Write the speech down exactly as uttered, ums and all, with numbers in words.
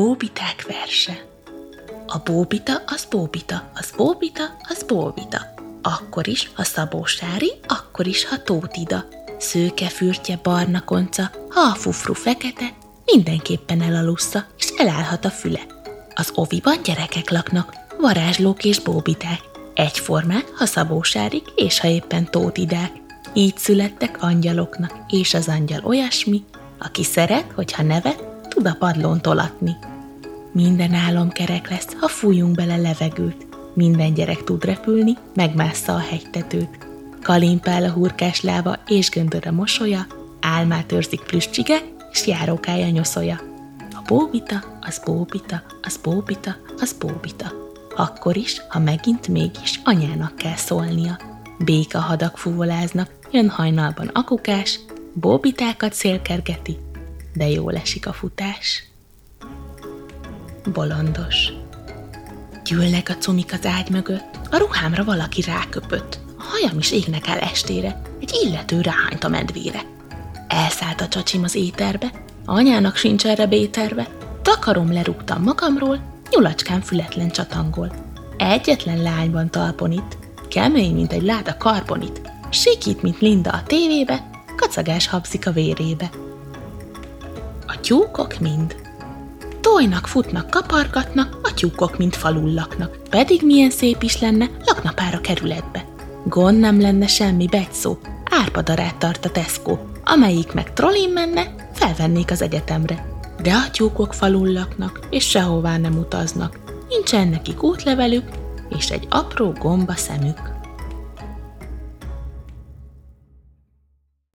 bóbiták verse. A bóbita az bóbita, az bóbita az bóbita. Akkor is, ha szabósári, akkor is, ha tótida. Szőke fürtje, barna konca, ha a fufru fekete, mindenképpen elalussza, és elállhat a füle. Az oviban gyerekek laknak, varázslók és bóbiták. Egyformák, ha szabósárik, és ha éppen tótidák. Így születtek angyaloknak, és az angyal olyasmi, aki szeret, hogyha nevet, tud a padlón tolatni. Minden álom kerek lesz, ha fújjunk bele levegőt. Minden gyerek tud repülni, megmássza a hegytetőt. Kalimpál a hurkás lába, és göndör a mosolya, álmát őrzik plüscsige, és járókája nyoszolja. A bóbita, az bóbita, az bóbita, az bóbita. Akkor is, ha megint mégis anyának kell szólnia. Béka hadak fuvoláznak, jön hajnalban akukás, bóbitákat szélkergeti, de jól esik a futás. Bolondos. Gyűlnek a cumik az ágy mögött, a ruhámra valaki ráköpött, a hajam is égnek áll estére, egy illető ráhányt a medvére. Elszállt a csacsim az éterbe, anyának sincs erre béterve, takarom lerúgtam magamról, nyulacskám fületlen csatangol. Egyetlen lányban talponít, kemény, mint egy láda karbonit, sikít, mint Linda a tévébe, kacagás habzik a vérébe. A tyúkok mind. Tojnak, futnak, kapargatnak, a tyúkok mind falul laknak, pedig milyen szép is lenne, lakna pár a kerületbe. Gond nem lenne semmi begyszó, árpadarát tart a Tesco, amelyik meg trollin menne, felvennék az egyetemre. De a tyúkok falul laknak, és sehová nem utaznak, nincsen nekik útlevelük, és egy apró gomba szemük.